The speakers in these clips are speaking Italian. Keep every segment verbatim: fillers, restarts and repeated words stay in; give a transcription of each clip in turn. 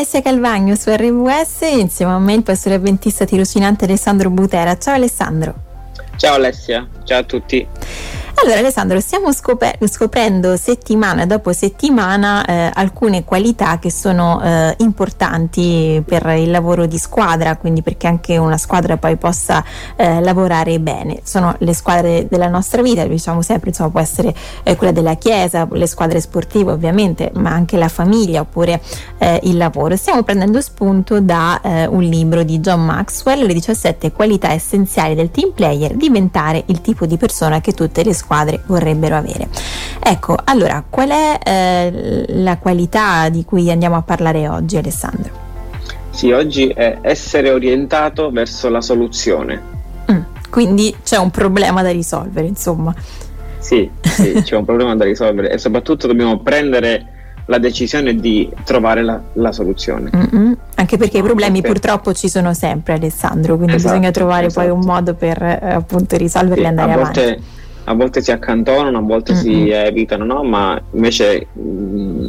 Alessia Calvagno su R W S, insieme a me il pastore avventista tirocinante Alessandro Butera. Ciao Alessandro. Ciao Alessia, ciao a tutti. Allora Alessandro, stiamo scop- scoprendo settimana dopo settimana eh, alcune qualità che sono eh, importanti per il lavoro di squadra, quindi perché anche una squadra poi possa eh, lavorare bene. Sono le squadre della nostra vita, diciamo sempre, insomma, può essere eh, quella della chiesa, le squadre sportive ovviamente, ma anche la famiglia oppure eh, il lavoro. Stiamo prendendo spunto da eh, un libro di John Maxwell, Le diciassette qualità essenziali del team player, diventare il tipo di persona che tutte le squadre vorrebbero avere. Ecco, allora, qual è eh, la qualità di cui andiamo a parlare oggi, Alessandro? Sì, oggi è essere orientato verso la soluzione. Mm, quindi c'è un problema da risolvere, insomma. Sì, sì, c'è un problema da risolvere e soprattutto dobbiamo prendere la decisione di trovare la, la soluzione. Mm-mm. Anche perché no, i problemi perché... purtroppo ci sono sempre, Alessandro, quindi esatto, bisogna trovare esatto. poi un modo per eh, appunto risolverli e sì, andare a volte, avanti. A volte si accantonano, a volte Mm-mm. si evitano, no? Ma invece mh,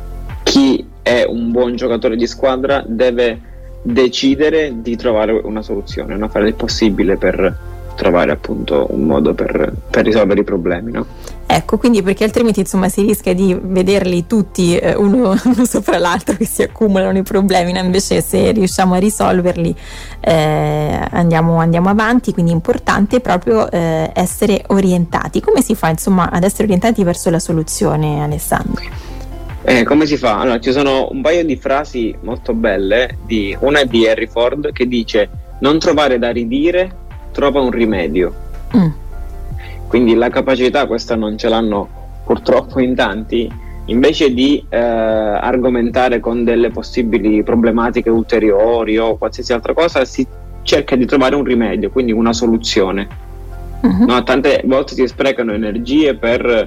chi è un buon giocatore di squadra deve decidere di trovare una soluzione, no? Fare il possibile per trovare appunto un modo per, per risolvere i problemi, no? Ecco, quindi perché altrimenti insomma si rischia di vederli tutti eh, uno, uno sopra l'altro, che si accumulano i problemi, no? Invece se riusciamo a risolverli eh, andiamo, andiamo avanti, quindi è importante proprio eh, essere orientati. Come si fa insomma ad essere orientati verso la soluzione, Alessandro? Eh, come si fa? Allora, ci sono un paio di frasi molto belle, di, una è di Henry Ford che dice: non trovare da ridire, trova un rimedio. Mm. Quindi la capacità, questa non ce l'hanno purtroppo in tanti, invece di eh, argomentare con delle possibili problematiche ulteriori o qualsiasi altra cosa, si cerca di trovare un rimedio, quindi una soluzione. Uh-huh. No, tante volte si sprecano energie per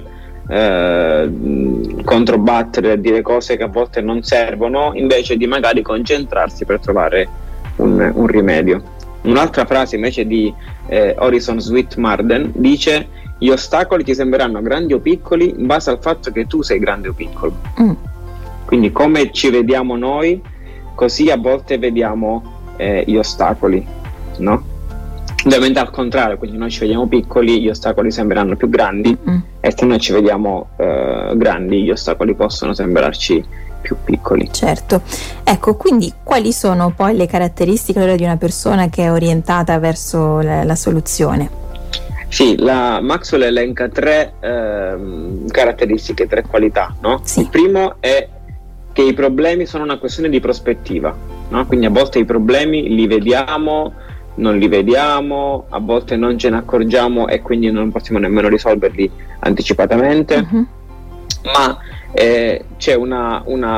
eh, controbattere e dire cose che a volte non servono, invece di magari concentrarsi per trovare un, un rimedio. Un'altra frase invece di eh, Horizon Sweet Marden dice: gli ostacoli ti sembreranno grandi o piccoli in base al fatto che tu sei grande o piccolo. Mm. Quindi come ci vediamo noi, così a volte vediamo eh, gli ostacoli, no? Ovviamente al contrario, quindi noi ci vediamo piccoli, gli ostacoli sembreranno più grandi, mm. e se noi ci vediamo eh, grandi, gli ostacoli possono sembrarci più piccoli. Certo. Ecco, quindi quali sono poi le caratteristiche allora di una persona che è orientata verso la, la soluzione? Sì, la Maxwell elenca tre ehm, caratteristiche, tre qualità, no? Sì. Il primo è che i problemi sono una questione di prospettiva, no? Quindi a volte i problemi li vediamo, non li vediamo, a volte non ce ne accorgiamo e quindi non possiamo nemmeno risolverli anticipatamente. Uh-huh. Ma eh, c'è una, una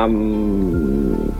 um,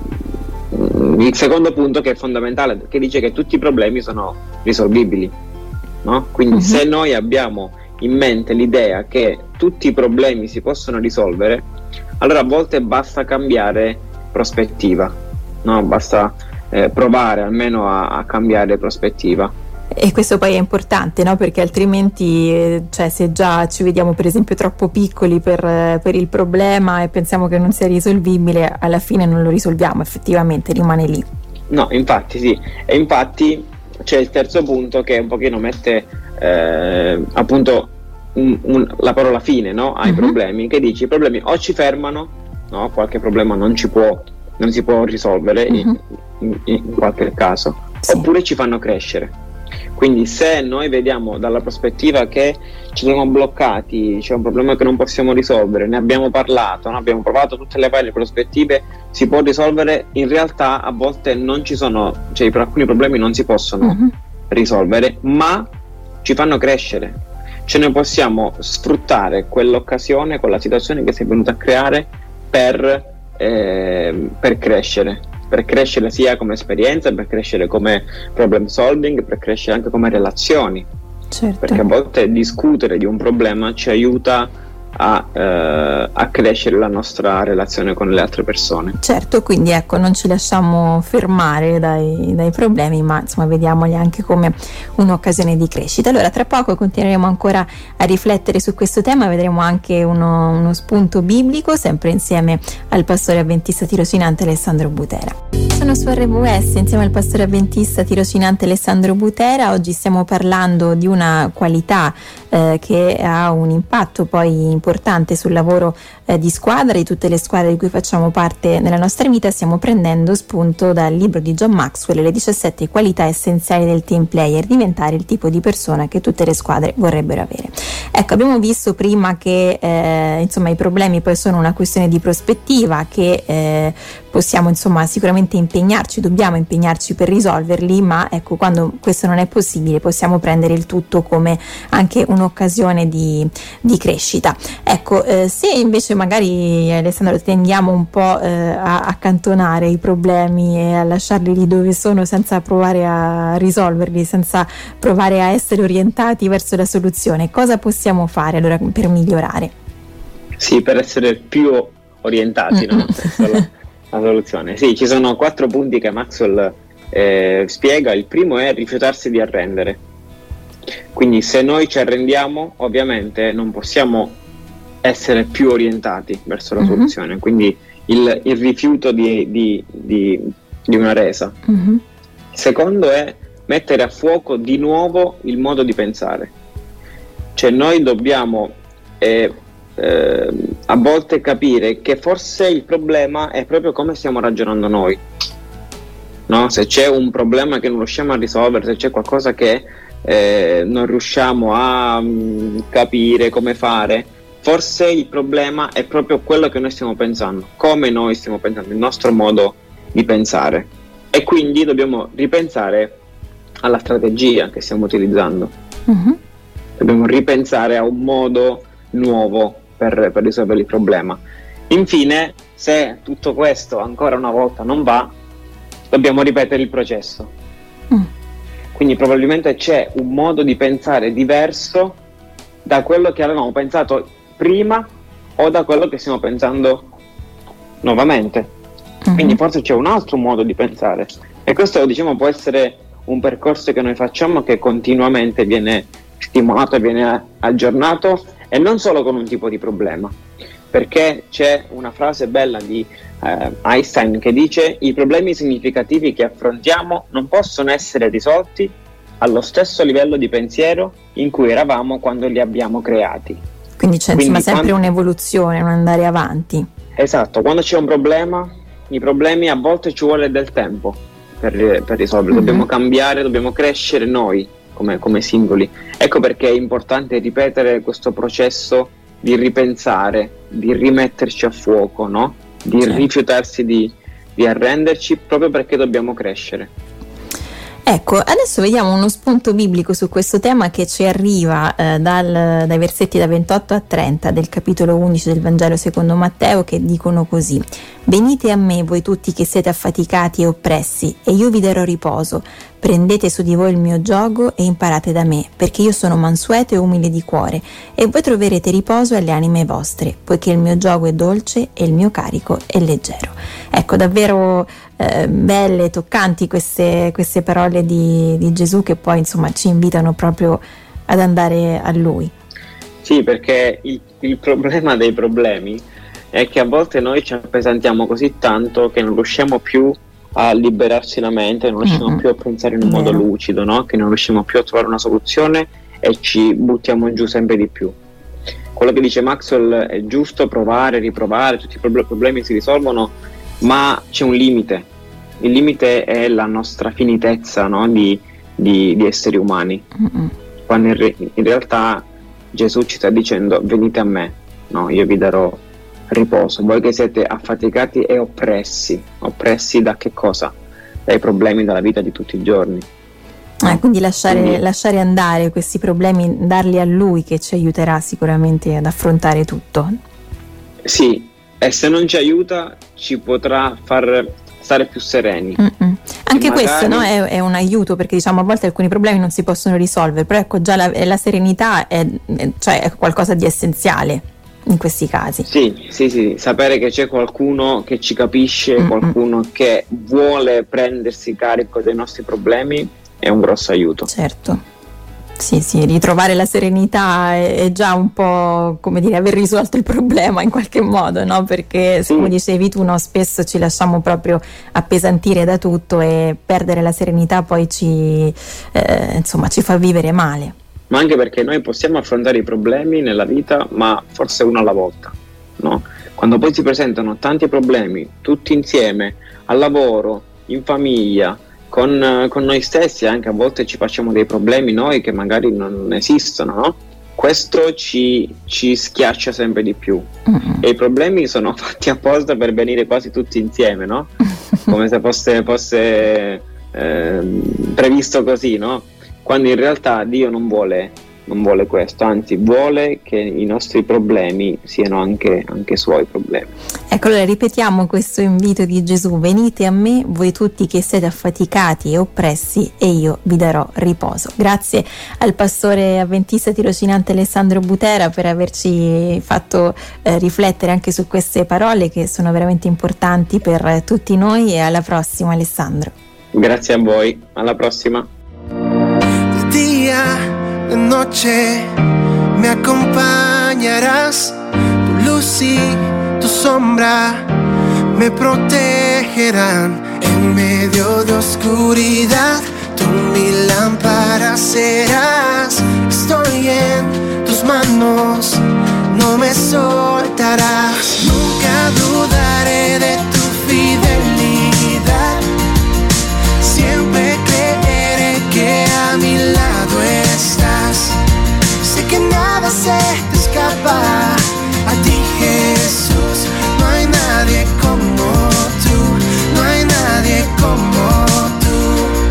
il secondo punto che è fondamentale, che dice che tutti i problemi sono risolvibili, no? Quindi uh-huh. se noi abbiamo in mente l'idea che tutti i problemi si possono risolvere, allora a volte basta cambiare prospettiva, no? Basta eh, provare almeno a, a cambiare prospettiva. E questo poi è importante, no? Perché altrimenti, cioè, se già ci vediamo per esempio troppo piccoli per, per il problema e pensiamo che non sia risolvibile, alla fine non lo risolviamo, effettivamente rimane lì. No, infatti sì, e infatti c'è il terzo punto che un pochino mette eh, appunto un, un, la parola fine, no? Ai uh-huh. problemi, che dice: i problemi o ci fermano, no? Qualche problema non ci può, non si può risolvere uh-huh. in, in, in qualche caso, sì. Oppure ci fanno crescere. Quindi se noi vediamo dalla prospettiva che ci siamo bloccati, c'è un problema che non possiamo risolvere, ne abbiamo parlato, no? Abbiamo provato tutte le varie prospettive, si può risolvere, in realtà a volte non ci sono, cioè per alcuni problemi non si possono uh-huh. risolvere, ma ci fanno crescere. Cioè noi possiamo sfruttare quell'occasione, quella situazione che si è venuta a creare per, eh, per crescere. per crescere sia come esperienza, per crescere come problem solving, per crescere anche come relazioni. Certo. Perché a volte discutere di un problema ci aiuta a, eh, a crescere la nostra relazione con le altre persone. Certo, quindi ecco, non ci lasciamo fermare dai, dai problemi, ma insomma vediamoli anche come un'occasione di crescita. Allora, tra poco continueremo ancora a riflettere su questo tema, vedremo anche uno, uno spunto biblico, sempre insieme al pastore avventista tirocinante Alessandro Butera. Sono su R W S insieme al pastore avventista tirocinante Alessandro Butera. Oggi stiamo parlando di una qualità eh, che ha un impatto poi importante sul lavoro eh, di squadra, di tutte le squadre di cui facciamo parte nella nostra vita. Stiamo prendendo spunto dal libro di John Maxwell, Le diciassette qualità essenziali del team player, diventare il tipo di persona che tutte le squadre vorrebbero avere. Ecco, abbiamo visto prima che eh, insomma i problemi poi sono una questione di prospettiva, che eh, possiamo insomma sicuramente impegnarci, dobbiamo impegnarci per risolverli, ma ecco, quando questo non è possibile possiamo prendere il tutto come anche un'occasione di, di crescita. Ecco, eh, se invece magari, Alessandro, tendiamo un po' eh, a accantonare i problemi e a lasciarli lì dove sono senza provare a risolverli, senza provare a essere orientati verso la soluzione, cosa possiamo fare allora per migliorare? Sì, per essere più orientati, no? Verso la soluzione. Sì, ci sono quattro punti che Maxwell eh, spiega. Il primo è rifiutarsi di arrendere. Quindi se noi ci arrendiamo, ovviamente non possiamo essere più orientati verso la uh-huh. soluzione, quindi il, il rifiuto di, di, di, di una resa. Uh-huh. Il secondo è mettere a fuoco di nuovo il modo di pensare. Cioè noi dobbiamo eh, eh, a volte capire che forse il problema è proprio come stiamo ragionando noi, no? Se c'è un problema che non riusciamo a risolvere, se c'è qualcosa che eh, non riusciamo a mh, capire come fare, forse il problema è proprio quello che noi stiamo pensando, come noi stiamo pensando, il nostro modo di pensare, e quindi dobbiamo ripensare alla strategia che stiamo utilizzando. Uh-huh. Dobbiamo ripensare a un modo nuovo per, per risolvere il problema. Infine, se tutto questo ancora una volta non va, dobbiamo ripetere il processo. Mm. Quindi probabilmente c'è un modo di pensare diverso da quello che avevamo pensato prima o da quello che stiamo pensando nuovamente. Mm-hmm. Quindi forse c'è un altro modo di pensare, e questo, diciamo, può essere un percorso che noi facciamo, che continuamente viene stimolato e viene aggiornato, e non solo con un tipo di problema, perché c'è una frase bella di eh, Einstein che dice: i problemi significativi che affrontiamo non possono essere risolti allo stesso livello di pensiero in cui eravamo quando li abbiamo creati. Quindi c'è Quindi, insomma sempre quando... un'evoluzione, un andare avanti. Esatto, quando c'è un problema, i problemi a volte ci vuole del tempo per, per risolverli, mm-hmm. dobbiamo cambiare, dobbiamo crescere noi come, come singoli. Ecco perché è importante ripetere questo processo di ripensare, di rimetterci a fuoco, no? Di certo. rifiutarsi di, di arrenderci, proprio perché dobbiamo crescere. Ecco, adesso vediamo uno spunto biblico su questo tema che ci arriva eh, dal, dai versetti da ventotto a trenta del capitolo undici del Vangelo secondo Matteo, che dicono così: venite a me voi tutti che siete affaticati e oppressi, e io vi darò riposo. Prendete su di voi il mio giogo e imparate da me, perché io sono mansueto e umile di cuore, e voi troverete riposo alle anime vostre, poiché il mio giogo è dolce e il mio carico è leggero. Ecco, davvero eh, belle, toccanti queste, queste parole di, di Gesù, che poi insomma ci invitano proprio ad andare a Lui. Sì, perché il, il problema dei problemi è che a volte noi ci appesantiamo così tanto che non riusciamo più a liberarci la mente, non riusciamo mm-hmm. più a pensare in un modo Vero. lucido, no? Che non riusciamo più a trovare una soluzione e ci buttiamo giù sempre di più. Quello che dice Maxwell è giusto: provare, riprovare, tutti i problemi si risolvono, ma c'è un limite. Il limite è la nostra finitezza, no? di, di, di esseri umani. Mm-hmm. Quando in, re- in realtà Gesù ci sta dicendo: venite a me, no? Io vi darò riposo. Voi che siete affaticati e oppressi, oppressi da che cosa? Dai problemi della vita di tutti i giorni. Eh, quindi lasciare, quindi lasciare andare questi problemi, darli a Lui, che ci aiuterà sicuramente ad affrontare tutto. Sì, e se non ci aiuta ci potrà far stare più sereni. Mm-mm. Anche magari... questo, no, è, è un aiuto, perché diciamo a volte alcuni problemi non si possono risolvere, però ecco, già la, la serenità è, cioè, è qualcosa di essenziale in questi casi. Sì, sì, sì, sapere che c'è qualcuno che ci capisce, Mm-mm. qualcuno che vuole prendersi carico dei nostri problemi è un grosso aiuto. Certo. Sì, sì, ritrovare la serenità è, è già un po', come dire, aver risolto il problema in qualche modo, no? Perché, sì. come dicevi tu, no, spesso ci lasciamo proprio appesantire da tutto e perdere la serenità poi ci, eh, insomma, ci fa vivere male. Ma anche perché noi possiamo affrontare i problemi nella vita, ma forse uno alla volta, no? Quando poi si presentano tanti problemi, tutti insieme, al lavoro, in famiglia, Con, con noi stessi, anche a volte ci facciamo dei problemi noi che magari non esistono, no? Questo ci, ci schiaccia sempre di più. Mm-hmm. E i problemi sono fatti apposta per venire quasi tutti insieme, no? Come se fosse, fosse eh, previsto così, no? Quando in realtà Dio non vuole, non vuole questo, anzi vuole che i nostri problemi siano anche, anche suoi problemi. Ecco, allora ripetiamo questo invito di Gesù: venite a me voi tutti che siete affaticati e oppressi e io vi darò riposo. Grazie al pastore avventista tirocinante Alessandro Butera per averci fatto eh, riflettere anche su queste parole che sono veramente importanti per tutti noi, e alla prossima, Alessandro. Grazie a voi, alla prossima. Día, de noche me acompañarás, tu luz y tu sombra me protegerán en medio de oscuridad. Tú mi lámpara serás. Estoy en tus manos, no me soltarás. Nunca dudaré de tu fidelidad. Siempre creeré que a mi lado estás. Sé que nada se te escapa. A ti, Jesús, no hay nadie como tú, no hay nadie como tú.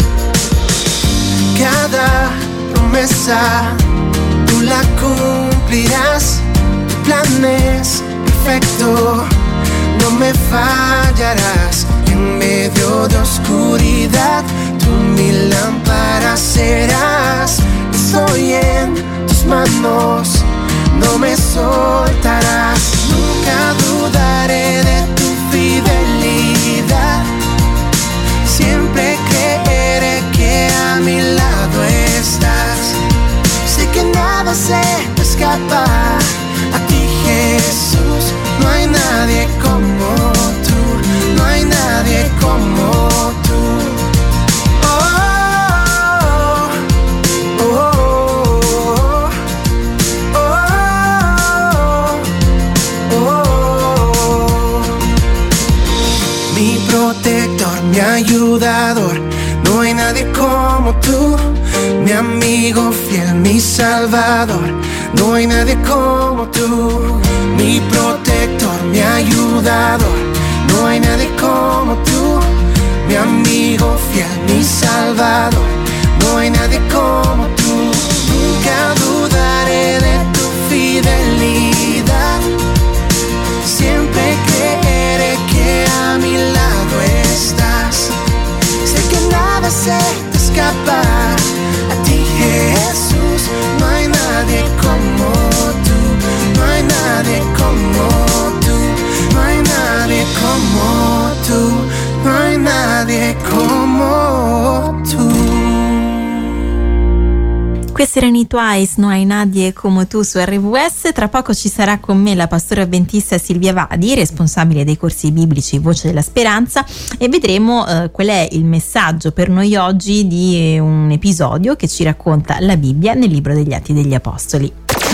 Cada promesa tú la cumplirás. Tu plan es perfecto, no me fallarás. En medio de oscuridad, tú mi lámpara serás. Estoy en tus manos, no me soltarás. Nunca dudaré de tu fidelidad. Siempre creeré que a mi lado estás. Sé que nada se te escapa. A ti, Jesús, no hay nadie como tú, no hay nadie como tú. Oh, oh, oh, oh, oh. Mi protector, mi ayudador, no hay nadie como tú. Mi amigo fiel, mi salvador, no hay nadie como tú. Mi protector, mi ayudador, no hay nadie como tú. Mi amigo fiel, mi salvador, no hay nadie como tú. Nunca dudaré de tu fidelidad. Siempre creeré que a mi lado estás. Sé que nada se te escapa. A ti, Jesús, no hay nadie como tú, no hay nadie como tú, no hay nadie como tú, no hay nadie como tú. Questi erano i Twice, No hai nadie come tu, su R V S. Tra poco ci sarà con me la pastora avventista Silvia Vadi, responsabile dei corsi biblici Voce della Speranza, e vedremo eh, qual è il messaggio per noi oggi di eh, un episodio che ci racconta la Bibbia nel libro degli Atti degli Apostoli.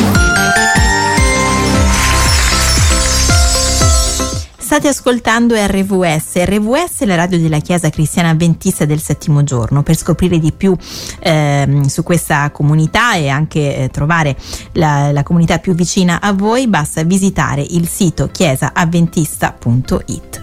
State ascoltando R V S. R V S è la radio della Chiesa Cristiana Avventista del Settimo Giorno. Per scoprire di più eh, su questa comunità e anche eh, trovare la, la comunità più vicina a voi, basta visitare il sito chiesa avventista punto it.